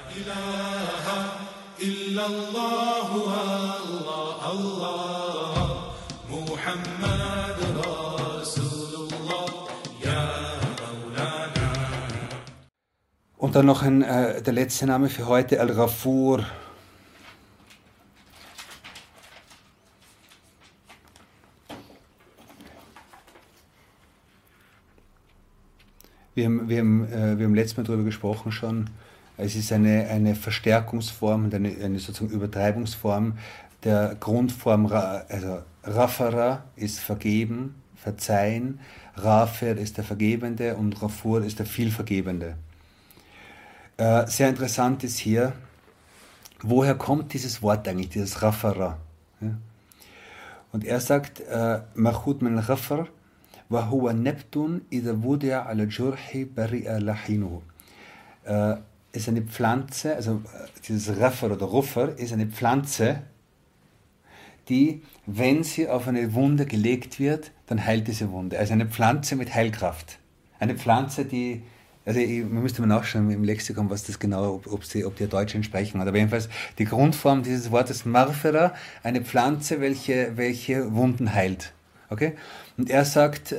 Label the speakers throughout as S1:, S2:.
S1: إله إلا الله الله الله محمد رسول الله يا مولانا.
S2: Und dann noch der letzte Name für heute, Al-Ghafur. Wir haben letztes Mal darüber gesprochen schon. Es ist eine Verstärkungsform und eine sozusagen Übertreibungsform der Grundform. Also Ghafara ist vergeben, verzeihen, Ghafir ist der Vergebende und Ghafur ist der Vielvergebende. Sehr interessant ist hier, woher kommt dieses Wort eigentlich, dieses Ghafara? Ja? Und er sagt, Machud min al-Ghafar, وهو نبت إذا وضع على الجرح برئ لحينه. Ist eine Pflanze, also dieses Raffer oder Ruffer ist eine Pflanze, die, wenn sie auf eine Wunde gelegt wird, dann heilt diese Wunde. Also eine Pflanze mit Heilkraft. Eine Pflanze, die, also man müsste mal nachschauen im Lexikon, was das genau, ob die Deutsch entsprechen hat. Aber jedenfalls die Grundform dieses Wortes Marfera, eine Pflanze, welche Wunden heilt. Okay? Und er sagt,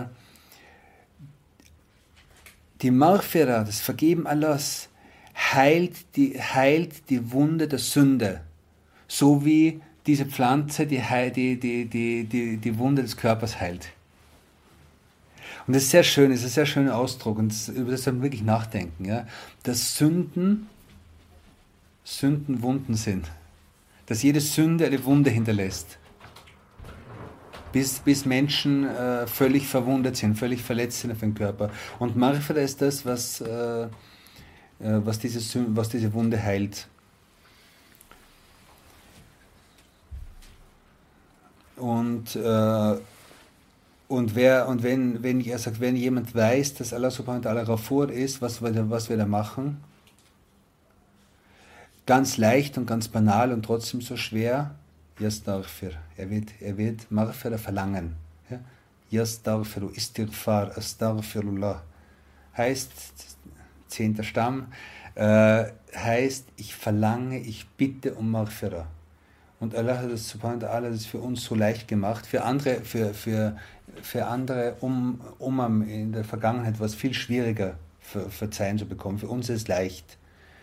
S2: die Maghfira, das Vergeben Allahs, heilt die Wunde der Sünde, so wie diese Pflanze die Wunde des Körpers heilt. Und das ist sehr schön, das ist ein sehr schöner Ausdruck und über das soll man wirklich nachdenken, ja? Dass Sünden Wunden sind, dass jede Sünde eine Wunde hinterlässt. Bis Menschen völlig verwundet sind, völlig verletzt sind auf dem Körper. Und Maghfira ist das, was diese Wunde heilt. Und wenn jemand weiß, dass Allah subhanahu wa ta'ala Ghafur ist, was wir da machen? Ganz leicht und ganz banal und trotzdem so schwer. Yastaghfir. Er wird Maghfira verlangen. Ja? Yastaghfiru, Istighfar, Astaghfirullah. Heißt, 10. Stamm, heißt, ich verlange, ich bitte um Maghfira. Und Allah hat das subhanahu wa ta'ala das für uns so leicht gemacht. Für andere, in der Vergangenheit war es viel schwieriger, Verzeihen zu bekommen. Für uns ist es leicht,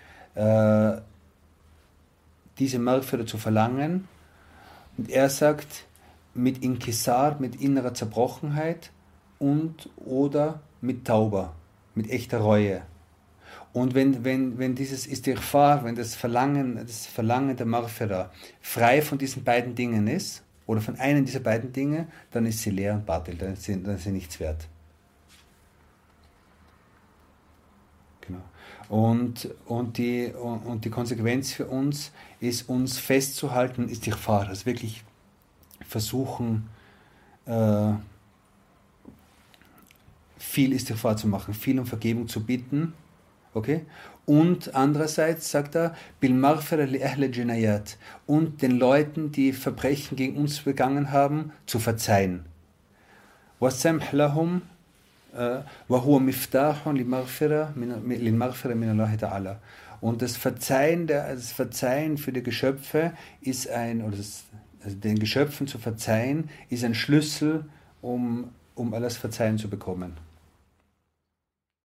S2: diese Maghfira zu verlangen. Und er sagt, mit Inkisar, mit innerer Zerbrochenheit oder mit Tauba, mit echter Reue. Und wenn dieses Istighfar, wenn das Verlangen der Maghfira frei von diesen beiden Dingen ist, oder von einem dieser beiden Dinge, dann ist sie leer und batil, dann ist sie nichts wert. Genau. Und die Konsequenz für uns ist, uns festzuhalten, Istighfar, also wirklich versuchen, viel Istighfar zu machen, viel um Vergebung zu bitten, okay? Und andererseits sagt er, bil maghfira li ahli jinayat, und den Leuten, die Verbrechen gegen uns begangen haben, zu verzeihen. Wasamh lahum wa huwa miftahun lil maghfira min Allah ta'ala. Und das Verzeihen für die Geschöpfe ist den Geschöpfen zu verzeihen, ist ein Schlüssel, um Allahs Verzeihen zu bekommen.